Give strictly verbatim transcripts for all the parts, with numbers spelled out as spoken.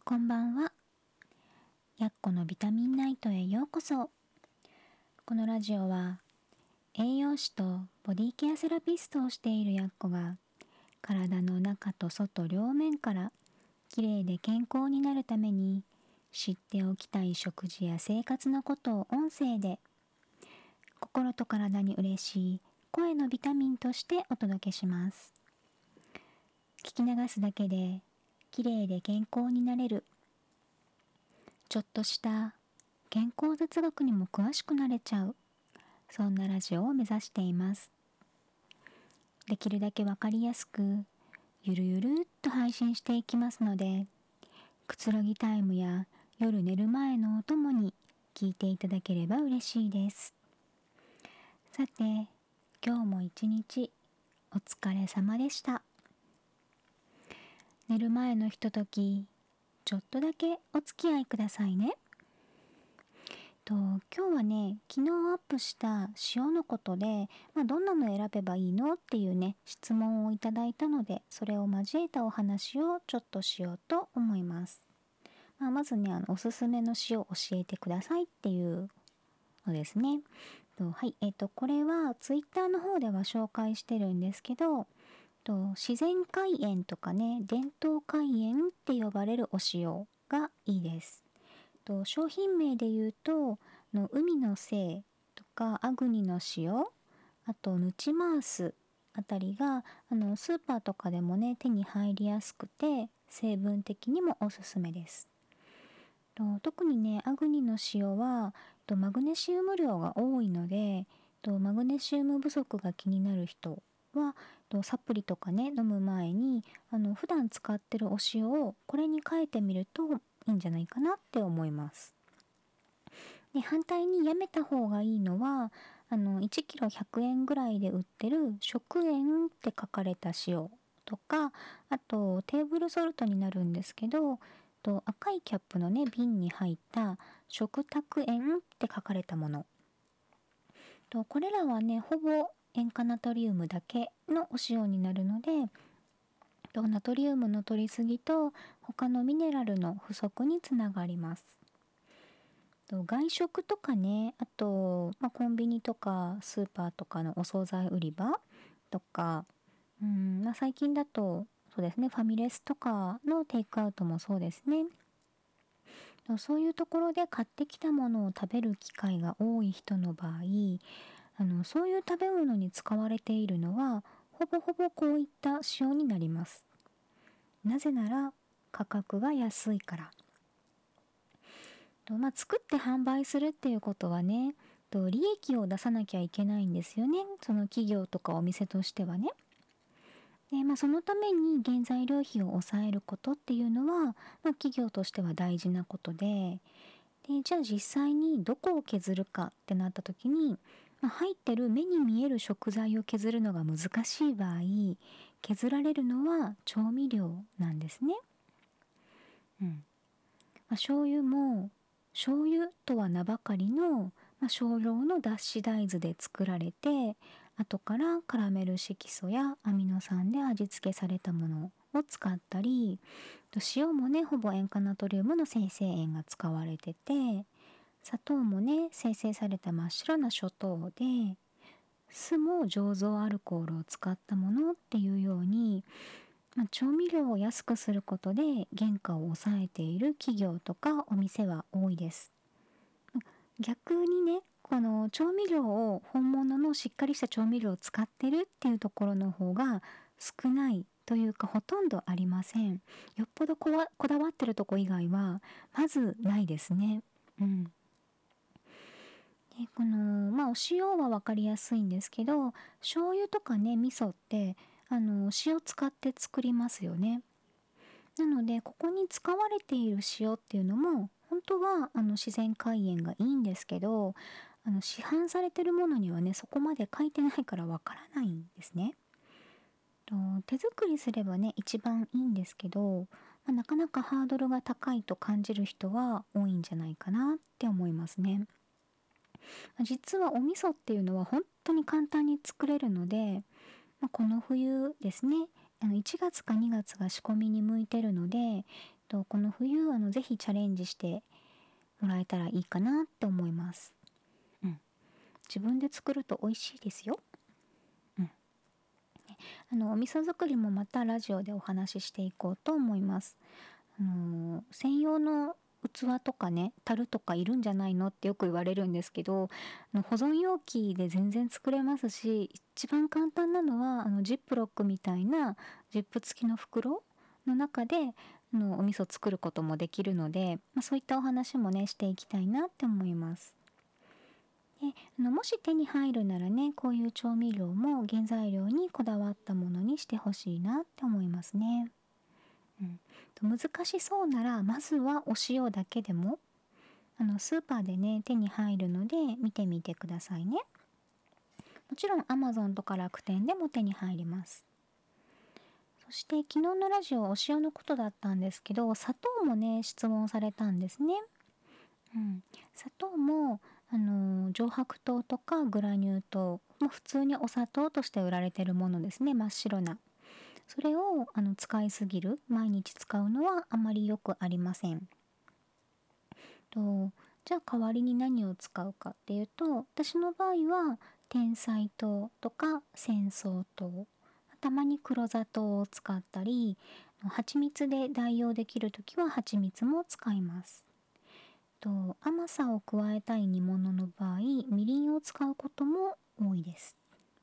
こんばんは。やっこのビタミンナイトへようこそ。このラジオは栄養士とボディケアセラピストをしているやっこが体の中と外両面からきれいで健康になるために知っておきたい食事や生活のことを音声で心と体に嬉しい声のビタミンとしてお届けします。聞き流すだけできれいで健康になれる、ちょっとした健康哲学にも詳しくなれちゃう、そんなラジオを目指しています。できるだけわかりやすくゆるゆるっと配信していきますので、くつろぎタイムや夜寝る前のお供に聞いていただければ嬉しいです。さて、今日も一日お疲れ様でした。寝る前のひととき、ちょっとだけお付き合いくださいね。と今日はね、昨日アップした塩のことで、まあ、どんなの選べばいいのっていうね、質問をいただいたので、それを交えたお話をちょっとしようと思います。まあ、まずね、あのおすすめの塩を教えてくださいっていうのですね。とはい、えっ、と、これはツイッターの方では紹介してるんですけど、と自然海塩とかね、伝統海塩って呼ばれるお塩がいいです。と商品名で言うとの海の精とかアグニの塩、あとヌチマースあたりがあのスーパーとかでもね手に入りやすくて成分的にもおすすめです。と特にねアグニの塩はとマグネシウム量が多いので、とマグネシウム不足が気になる人はとサプリとかね飲む前にあの普段使ってるお塩をこれに変えてみるといいんじゃないかなって思います。で反対にやめた方がいいのはあのいちキロひゃくえんぐらいで売ってる食塩って書かれた塩とか、あとテーブルソルトになるんですけど、と赤いキャップのね瓶に入った食卓塩って書かれたものと、これらはねほぼ塩化ナトリウムだけのお塩になるので、とナトリウムの摂りすぎと他のミネラルの不足につながります。と外食とかね、あと、まあ、コンビニとかスーパーとかのお惣菜売り場とか、うん、まあ、最近だとそうですね、ファミレスとかのテイクアウトもそうですね。とそういうところで買ってきたものを食べる機会が多い人の場合、あのそういう食べ物に使われているのはほぼほぼこういった塩になります。なぜなら価格が安いから。とまあ、作って販売するっていうことはね、と利益を出さなきゃいけないんですよね、その企業とかお店としてはね。で、まあ、そのために原材料費を抑えることっていうのは、まあ、企業としては大事なことで、でじゃあ実際にどこを削るかってなった時に、まあ、入ってる目に見える食材を削るのが難しい場合、削られるのは調味料なんですね。うん。まあ、醤油も醤油とは名ばかりの、まあ、少量の脱脂大豆で作られて、後からカラメル色素やアミノ酸で味付けされたものを使ったり、塩もねほぼ塩化ナトリウムの生成塩が使われてて、砂糖もね生成された真っ白な諸糖で、酢も醸造アルコールを使ったものっていうように、まあ、調味料を安くすることで原価を抑えている企業とかお店は多いです。逆にね、この調味料を本物のしっかりした調味料を使ってるっていうところの方が少ないというかほとんどありません。よっぽどこわこだわってるとこ以外はまずないですね。うん。でこのまあお塩は分かりやすいんですけど、醤油とかね味噌ってあの塩使って作りますよね。なのでここに使われている塩っていうのも本当はあの自然海塩がいいんですけど、あの市販されてるものにはねそこまで書いてないからわからないんですね。と手作りすればね一番いいんですけど、まあ、なかなかハードルが高いと感じる人は多いんじゃないかなって思いますね。実はお味噌っていうのは本当に簡単に作れるので、まあ、この冬ですね、あのいちがつかにがつが仕込みに向いてるので、 とこの冬あのぜひチャレンジしてもらえたらいいかなって思います。うん、自分で作ると美味しいですよ。うん、あのお味噌作りもまたラジオでお話ししていこうと思います。あのー専用の器とかね樽とかいるんじゃないのってよく言われるんですけど、あの保存容器で全然作れますし、一番簡単なのはあのジップロックみたいなジップ付きの袋の中であのお味噌作ることもできるので、まあ、そういったお話もねしていきたいなって思います。であのもし手に入るならね、こういう調味料も原材料にこだわったものにしてほしいなって思いますね。うん、難しそうならまずはお塩だけでもあのスーパーでね手に入るので見てみてくださいね。もちろん Amazon とか楽天でも手に入ります。そして昨日のラジオお塩のことだったんですけど、砂糖もね質問されたんですね。うん、砂糖もあのー上白糖とかグラニュー糖、まあ、普通にお砂糖として売られてるものですね、真っ白な。それをあの使いすぎる、毎日使うのはあまりよくありません。とじゃあ代わりに何を使うかっていうと、私の場合は天才糖とか仙草糖、たまに黒砂糖を使ったり、蜂蜜で代用できる時は蜂蜜も使います。と甘さを加えたい煮物の場合、みりんを使うことも多いです。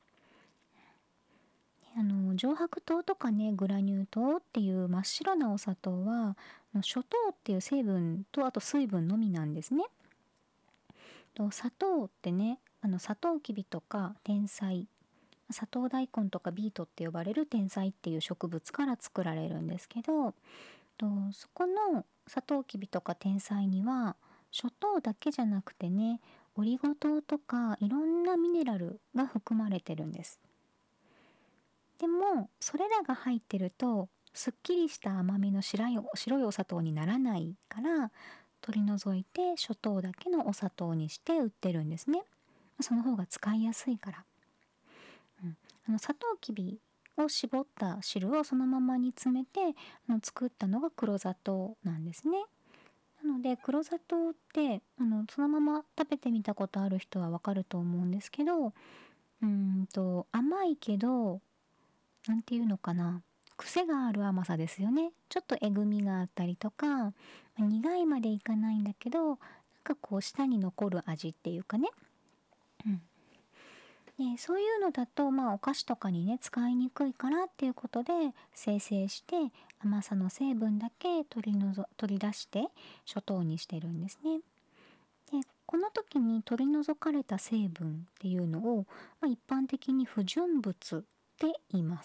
あの上白糖とかねグラニュー糖っていう真っ白なお砂糖は諸糖っていう成分とあと水分のみなんですね。と砂糖ってね、あのサトウキビとか天才、砂糖大根とかビートって呼ばれる天才っていう植物から作られるんですけど、とそこのサトウキビとか天才には諸糖だけじゃなくてね、オリゴ糖とかいろんなミネラルが含まれてるんです。でもそれらが入ってるとすっきりした甘みの白い白いお砂糖にならないから、取り除いて諸糖だけのお砂糖にして売ってるんですね。その方が使いやすいから。うん、あのサトウキビを絞った汁をそのままに詰めてあの作ったのが黒砂糖なんですね。なので黒砂糖ってあのそのまま食べてみたことある人はわかると思うんですけど、うーんと甘いけどなんていうのかな、癖がある甘さですよね。ちょっとえぐみがあったりとか、苦いまでいかないんだけどなんかこう舌に残る味っていうかね。うん、でそういうのだと、まあ、お菓子とかにね使いにくいからっていうことで精製して甘さの成分だけ取り除取り出して諸糖にしてるんですね。でこの時に取り除かれた成分っていうのを、まあ、一般的に不純物って言います。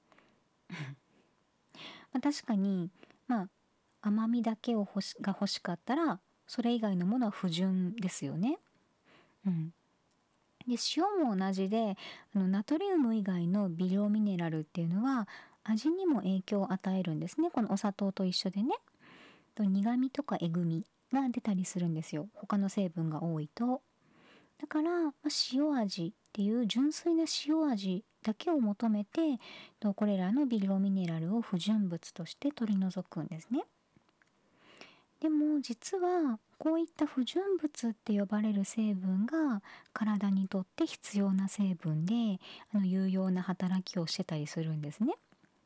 まあ、確かに、まあ、甘みだけを欲しが欲しかったらそれ以外のものは不純ですよね。うん、で塩も同じで、あのナトリウム以外の微量ミネラルっていうのは味にも影響を与えるんですね。このお砂糖と一緒でね。と苦味とかえぐみが出たりするんですよ、他の成分が多いと。だから、まあ、塩味っていう純粋な塩味だけを求めてとこれらの微量ミネラルを不純物として取り除くんですね。でも実はこういった不純物って呼ばれる成分が体にとって必要な成分で、あの有用な働きをしてたりするんですね。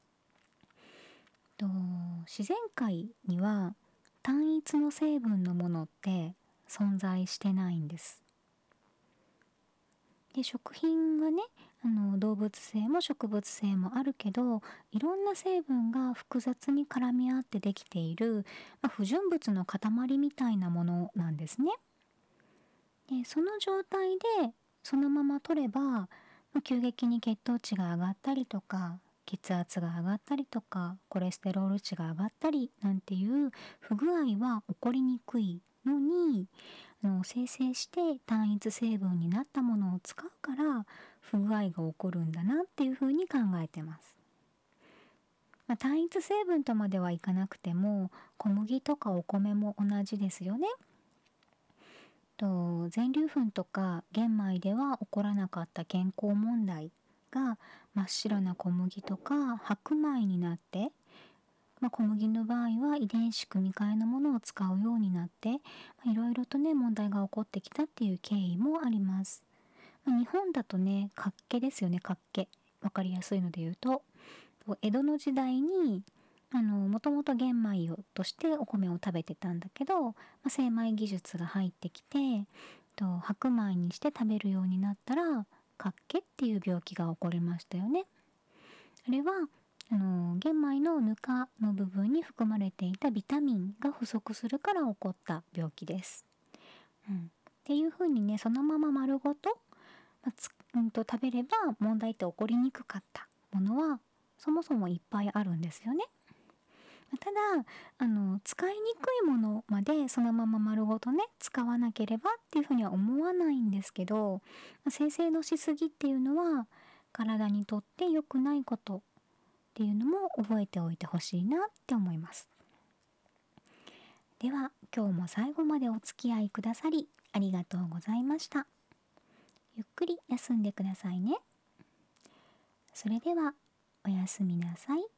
と自然界には単一の成分のものって存在してないんです。で食品はね、あの動物性も植物性もあるけど、いろんな成分が複雑に絡み合ってできている、まあ、不純物の塊みたいなものなんですね。でその状態でそのまま取れば、まあ急激に血糖値が上がったりとか血圧が上がったりとかコレステロール値が上がったりなんていう不具合は起こりにくいのに、あの生成して単一成分になったものを使うから不具合が起こるんだなっていうふうに考えてます。まあ、単一成分とまではいかなくても小麦とかお米も同じですよね。と全粒粉とか玄米では起こらなかった健康問題が真っ白な小麦とか白米になって、 まあ、小麦の場合は遺伝子組み換えのものを使うようになって、まあ、いろいろとね問題が起こってきたっていう経緯もあります。まあ、日本だとねかっけですよね。かっけわかりやすいので言うと、江戸の時代にあのもともと玄米をとしてお米を食べてたんだけど、まあ、精米技術が入ってきてと白米にして食べるようになったらかっけっていう病気が起こりましたよね。あれはあの玄米のぬかの部分に含まれていたビタミンが不足するから起こった病気です。うん、っていう風にねそのまま丸ごと、まあつうんと食べれば問題って起こりにくかったものはそもそもいっぱいあるんですよね。ただあの使いにくいものまでそのまま丸ごとね使わなければっていうふうには思わないんですけど、生成のしすぎっていうのは体にとって良くないことっていうのも覚えておいてほしいなって思います。では今日も最後までお付き合いくださりありがとうございました。ゆっくり休んでくださいね。それではおやすみなさい。